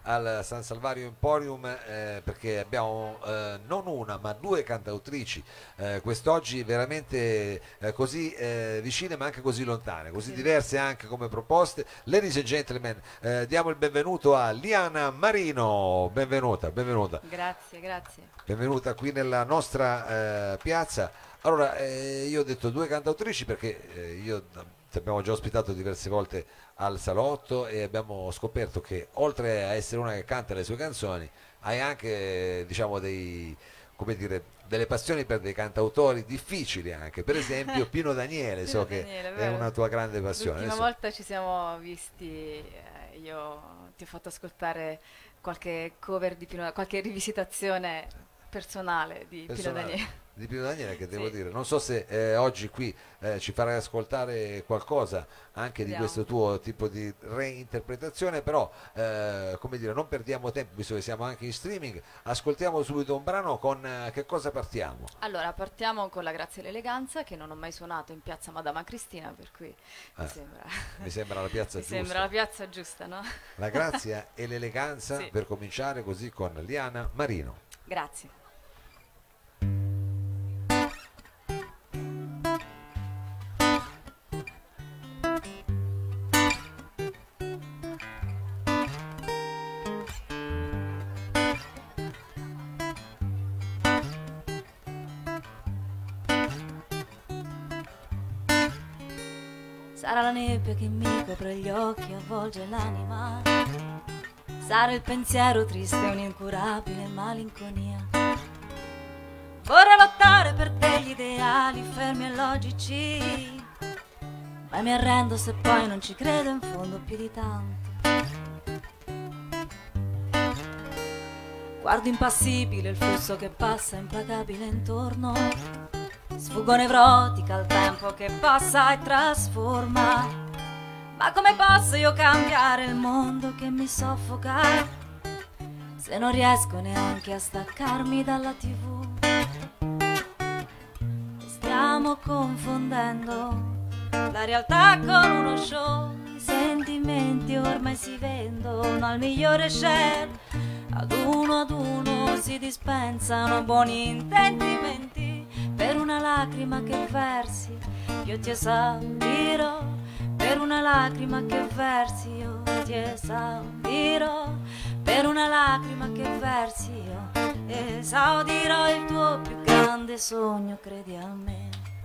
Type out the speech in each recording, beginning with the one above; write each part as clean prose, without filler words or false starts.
al San Salvario Emporium perché abbiamo non una ma due cantautrici quest'oggi veramente così vicine ma anche così lontane, così Sì. diverse anche come proposte. Ladies and gentlemen, diamo il benvenuto a Liana Marino, benvenuta, benvenuta. Grazie, grazie. Benvenuta qui nella nostra piazza. Allora, io ho detto due cantautrici perché ti abbiamo già ospitato diverse volte al salotto e abbiamo scoperto che oltre a essere una che canta le sue canzoni, hai anche, diciamo, come dire, delle passioni per dei cantautori difficili anche. Per esempio, Pino Daniele, Pino so che Daniele, è una vero? tua grande passione. L'ultima Adesso, volta ci siamo visti, io ti ho fatto ascoltare qualche cover di Pino, qualche rivisitazione personale di Pino personale Daniele. di Pino Daniele che devo Sì, dire, non so se oggi qui ci farai ascoltare qualcosa anche di vediamo. questo tuo tipo di reinterpretazione, però come dire, non perdiamo tempo visto che siamo anche in streaming, ascoltiamo subito un brano con che cosa partiamo? Allora, partiamo con la grazia e l'eleganza che non ho mai suonato in piazza Madama Cristina, per cui mi Eh, sembra, mi sembra la piazza mi sembra la giusta. piazza giusta, no? La grazia e l'eleganza Sì, per cominciare così con Liana Marino. grazie. Sarà la nebbia che mi copre gli occhi, avvolge l'anima. Sarà il pensiero triste, un'incurabile malinconia. Vorrei lottare per degli ideali fermi e logici, ma mi arrendo se poi non ci credo in fondo più di tanto. Guardo impassibile il flusso che passa implacabile intorno. Sfuggo nevrotica al tempo che passa e trasforma. Ma come posso io cambiare il mondo che mi soffoca se non riesco neanche a staccarmi dalla TV? Stiamo confondendo la realtà con uno show. I sentimenti ormai si vendono al migliore share. Ad uno si dispensano buoni intendimenti. Per una lacrima che versi io ti esaudirò. Per una lacrima che versi io ti esaudirò. Per una lacrima che versi io esaudirò il tuo più grande sogno, credi a me.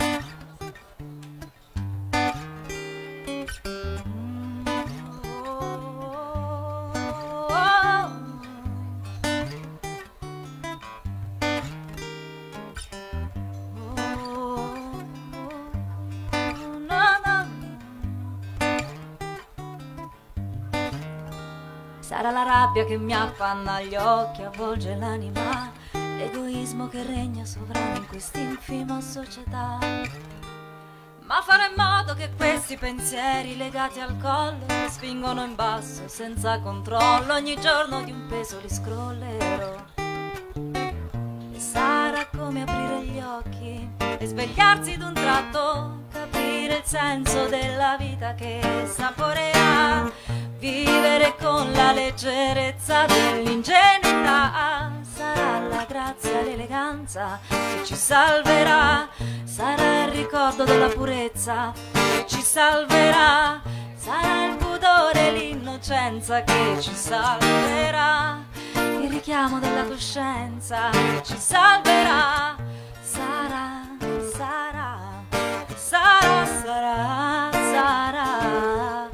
Sarà la rabbia che mi appanna gli occhi, avvolge l'anima, l'egoismo che regna sovrano in quest'infima società. Ma farò in modo che questi pensieri legati al collo mi spingono in basso senza controllo. Ogni giorno di un peso li scrollerò. E sarà come aprire gli occhi e svegliarsi d'un tratto, capire il senso della vita che saporea, vivere con la leggerezza dell'ingenuità. Sarà la grazia e l'eleganza che ci salverà, sarà il ricordo della purezza che ci salverà, sarà il pudore e l'innocenza che ci salverà, il richiamo della coscienza che ci salverà. Sarà, sarà, sarà, sarà, sarà.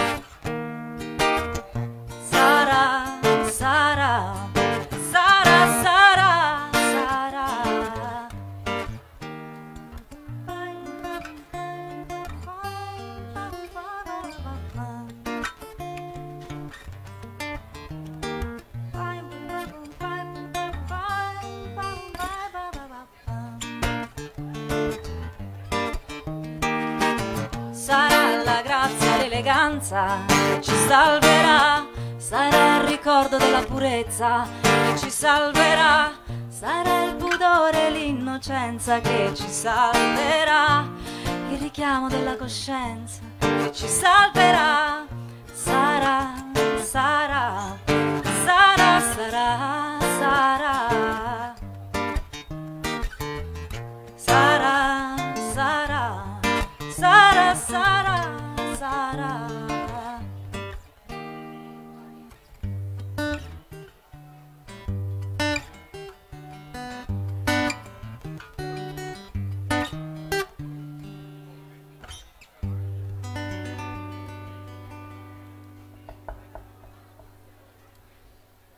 Sarà, sarà, sarà, sarà, sarà. Sarà la grazia e l'eleganza che ci salverà, sarà il ricordo della purezza che ci salverà, sarà il pudore e l'innocenza che ci salverà, il richiamo della coscienza che ci salverà. Sarà, sarà,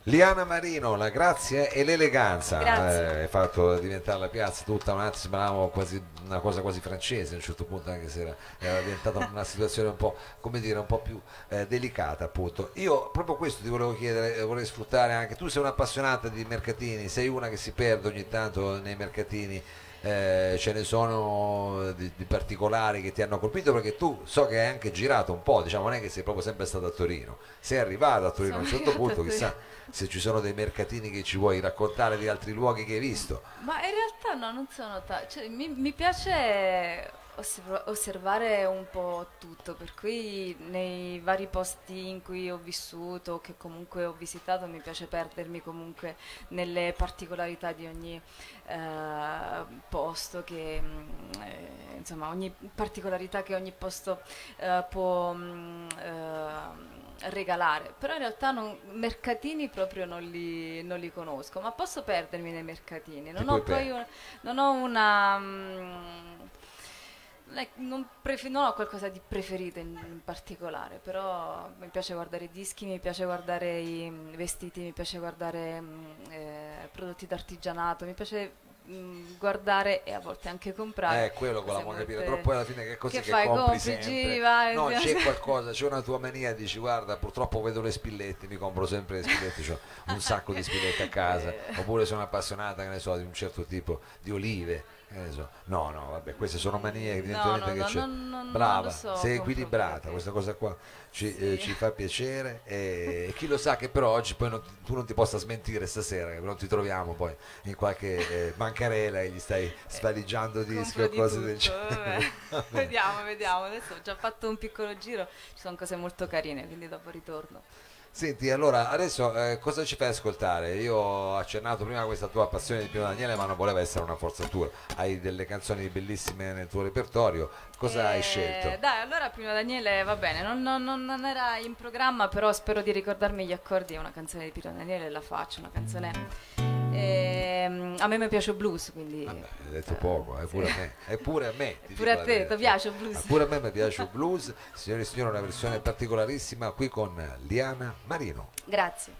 Liana Marino, la grazia e l'eleganza, Grazie. hai fatto diventare la piazza tutta un attimo, sembravamo quasi una cosa quasi francese a un certo punto, anche se era diventata una situazione un po', come dire, un po' più delicata appunto. Io proprio questo ti volevo chiedere, vorrei sfruttare anche, tu sei un'appassionata di mercatini, sei una che si perde ogni tanto nei mercatini, ce ne sono di particolari che ti hanno colpito perché tu so che hai anche girato un po', diciamo non è che sei proprio sempre stato a Torino, sei arrivato a Torino a Sono un certo arrivata a punto, Torino. chissà se ci sono dei mercatini che ci vuoi raccontare di altri luoghi che hai visto. Ma in realtà no, non sono cioè, mi piace osservare un po' tutto, per cui nei vari posti in cui ho vissuto, che comunque ho visitato, mi piace perdermi comunque nelle particolarità di ogni posto, insomma, ogni particolarità che ogni posto può regalare. Però in realtà mercatini proprio non li conosco, ma posso perdermi nei mercatini. Ti Non puoi ho per... poi non ho una... non ho qualcosa di preferito in particolare, però mi piace guardare i dischi, mi piace guardare i vestiti, mi piace guardare prodotti d'artigianato, mi piace guardare e a volte anche comprare quello cose volevamo capire, però molte... poi alla fine che cos'è Che che fai? compri Compri, sempre? giri, vai. No, c'è qualcosa, c'è una tua mania, dici guarda, purtroppo vedo le spillette, mi compro sempre le spillette, ho un sacco di spillette a casa, oppure sono appassionata, che ne so, di un certo tipo di olive, che ne so. No, no, vabbè, queste sono manie No, evidentemente no, che no, c'è. non lo Brava, so, sei compro equilibrata, poche. questa cosa qua Sì. ci fa piacere e chi lo sa che però oggi poi tu non ti possa smentire stasera, che non ti troviamo poi in qualche bancarella e gli stai svaligiando dischi Compro o di cose del tutto, vabbè. genere. Va bene. Vediamo, vediamo. Adesso ho già fatto un piccolo giro, ci sono cose molto carine, quindi dopo ritorno. Senti, allora adesso cosa ci fai ascoltare? Io ho accennato prima a questa tua passione di Pino Daniele, ma non voleva essere una forzatura. Hai delle canzoni bellissime nel tuo repertorio, cosa hai scelto? Dai, allora prima Daniele va bene, non era in programma, però spero di ricordarmi gli accordi. È una canzone di Pino Daniele e la faccio, una canzone. A me mi piace il blues, quindi. Vabbè, hai detto poco, è Sì. pure a me, è pure a me, ti Pure dico a la te, ti verità. piace il blues? Pure a me mi piace il blues, signori e signori, una versione particolarissima qui con Liana Marino. Grazie.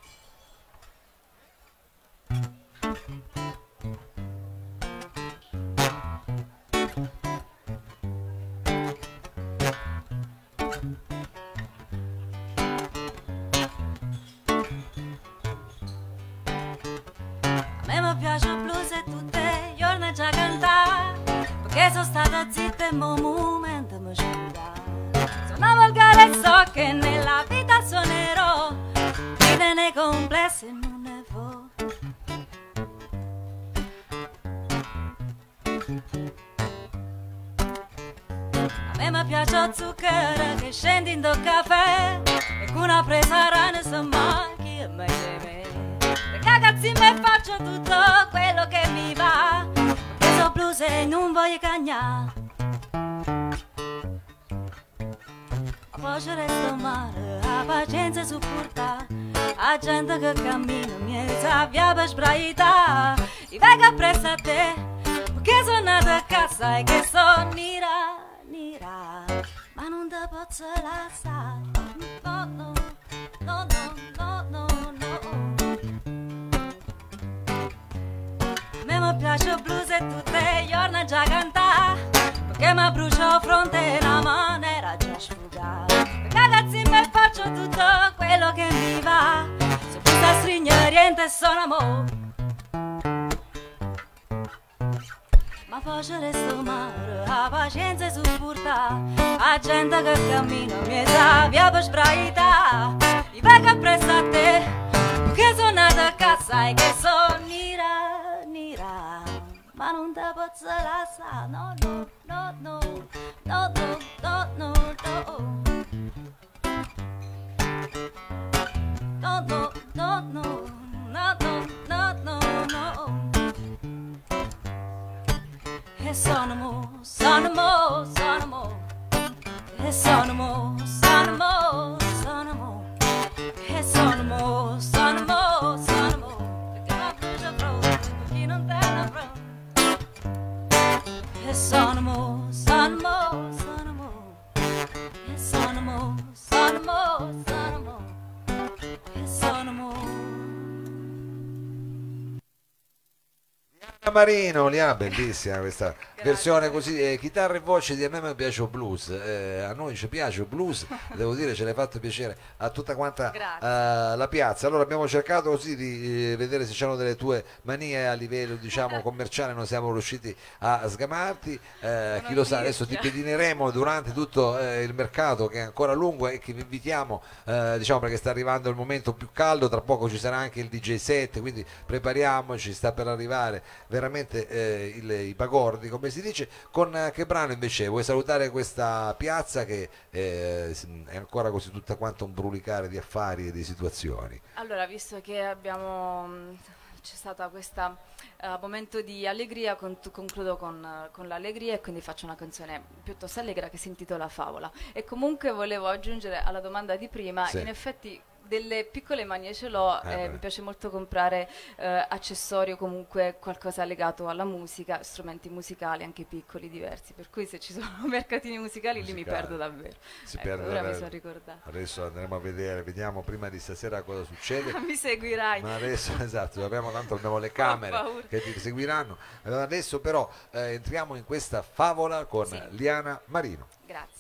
A me mi piace il blues e tutte le giorni già cantare, perché sono stata zitta e mo momento mi scuda. Sono una volgare e so che nella vita suonerò, vivere nei complessi e non ne vo'. A me mi piace il zucchero che scendi in do caffè, e con una presa rana se manchi e mai di me. Le ragazzi me faccio tutto quello che mi va, perché so blues e non voglio cagnare. Ma poi ci resta male, la pazienza e supporta, la gente che cammina mi sabbia per sbraità. I vengo appresso a te, perché sono nata a casa e che sono nera, ma non te posso lasciare. No, no, no, no, no, no, no. A me mi piace il blues e tutte le giorni già cantare, perché mi brucio fronte in una maniera già sfugata. Ragazzi mi faccio tutto quello che mi va, se questa stringe niente sono amore. Ma poi ci resta male, la pazienza e supporta, la gente che cammina mi sabbia per sbraità. I vengo appresso a te, che sono nata a casa e che sono nera, ma non te posso lasciare. No, no, no, no, no, no, no, no, no. No, no, no, no, no, no, no, no, no. E sono mo, e sono mo, e sono mo, perché mi brucia fronte, per chi non te la fronte. E sono mo, e sono mo, e sono mo, e sono mo. Marino, Liana, bellissima questa Grazie. versione così, chitarra e voce di A me piace il blues, a noi ci piace il blues, devo dire ce l'hai fatto piacere a tutta quanta Grazie. la piazza. Allora abbiamo cercato così di vedere se c'erano delle tue manie a livello diciamo commerciale, non siamo riusciti a sgamarti, Sono chi lo sa, adesso ti tirchia. pedineremo durante tutto il mercato che è ancora lungo e che vi invitiamo diciamo perché sta arrivando il momento più caldo, tra poco ci sarà anche il DJ set, quindi prepariamoci, sta per arrivare veramente i pagordi come si dice. Con che brano invece vuoi salutare questa piazza che è ancora così tutta quanta un brulicare di affari e di situazioni? Allora, visto che c'è stata questo momento di allegria, concludo con l'allegria e quindi faccio una canzone piuttosto allegra che si intitola Favola. E comunque volevo aggiungere alla domanda di prima, Sì. in effetti delle piccole manie ce l'ho, Beh. mi piace molto comprare accessori o comunque qualcosa legato alla musica, strumenti musicali anche piccoli, diversi, per cui se ci sono mercatini musicali lì mi Musicali. perdo davvero. Si Ecco, perde ora mi davvero. sono ricordata. Adesso andremo a vedere, vediamo prima di stasera cosa succede. Mi seguirai. Ma adesso esatto, tanto abbiamo le Ho camere paura. che ti seguiranno. Adesso però entriamo in questa favola con Sì. Liana Marino. Grazie.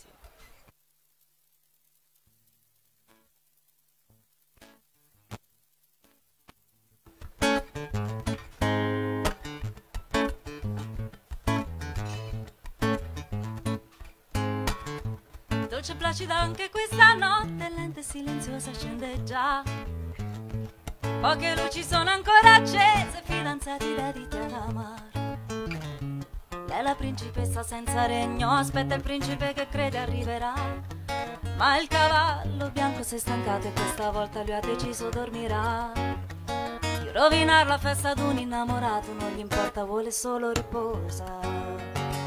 Dolce e placida anche questa notte, lenta e silenziosa scendeggia. Poche luci sono ancora accese, fidanzati dediti ad amare. Lei è la principessa senza regno, aspetta il principe che crede arriverà. Ma il cavallo bianco si è stancato e questa volta lui ha deciso dormirà. Di rovinare la festa ad un innamorato non gli importa, vuole solo riposare.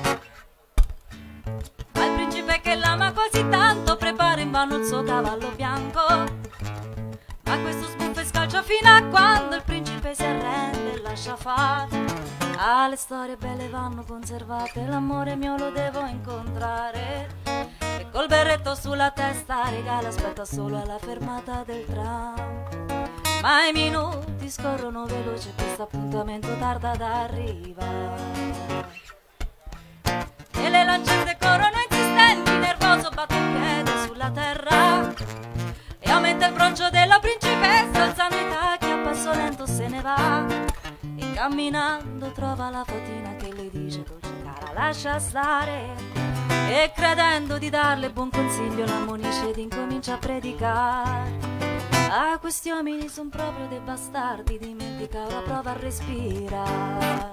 Ma il principe che l'ama così tanto prepara in vano il suo cavallo bianco. Ma questo sbuffa e scalcia fino a quando il principe si arrende e lascia fare. Ah, le storie belle vanno conservate, l'amore mio lo devo incontrare. E col berretto sulla testa regala, aspetta solo alla fermata del tram. Ma i minuti scorrono veloce, questo appuntamento tarda ad arrivare. E le lancette corrono insistenti, nervoso batte il piede sulla terra. E aumenta il broncio della principessa, alzando i tacchi a passo lento se ne va. E camminando trova la fatina che le dice: dolce cara, lascia stare. E credendo di darle buon consiglio l'ammonisce ed incomincia a predicare. Ah, questi uomini son proprio dei bastardi, dimentica ora, prova a respirare.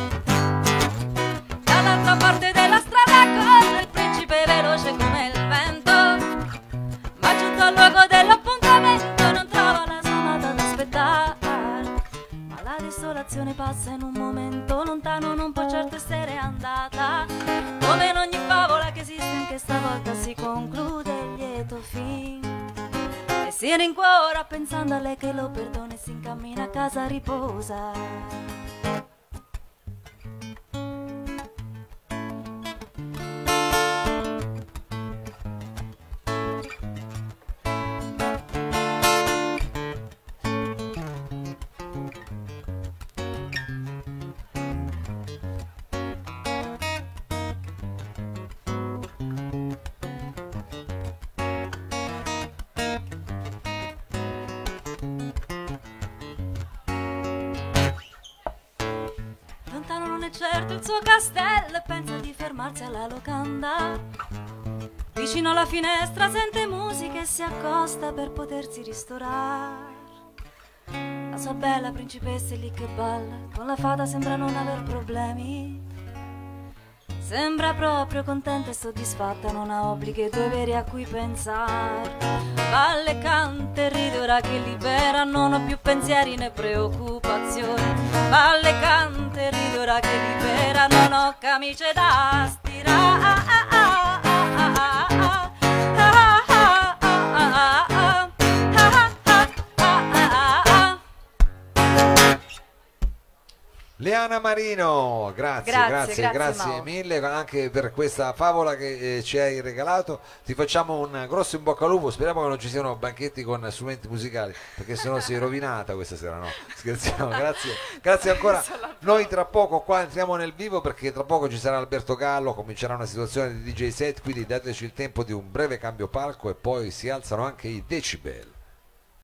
Dall'altra parte della strada corre il principe veloce come il vento. Ma giunto al luogo dell'appuntamento non trova la sua amata ad aspettare. Ma la desolazione passa in un momento, lontano non può certo essere andata. Come in ogni favola che esiste anche stavolta si conclude il lieto fin. E si rincuora pensando a lei che lo perdona e si incammina a casa, riposa. Lontano non è certo il suo castello e pensa di fermarsi alla locanda. Vicino alla finestra sente musica e si accosta per potersi ristorare. La sua bella principessa è lì che balla, con la fata sembra non aver problemi. Sembra proprio contenta e soddisfatta, non ha obblighi e doveri a cui pensare. Balla e canta e ride ora che libera, non ho più pensieri né preoccupazioni. Balla e canta e ride ora che libera, non ho camicie da stirare. Liana Oriana Marino, Grazie, grazie Mao. mille anche per questa favola che ci hai regalato. Ti facciamo un grosso in bocca al lupo. Speriamo che non ci siano banchetti con strumenti musicali, perché sennò si è rovinata questa sera. No, scherziamo. Grazie ancora. Noi tra poco qua entriamo nel vivo, perché tra poco ci sarà Alberto Gallo, comincerà una situazione di DJ set, quindi dateci il tempo di un breve cambio palco e poi si alzano anche i decibel.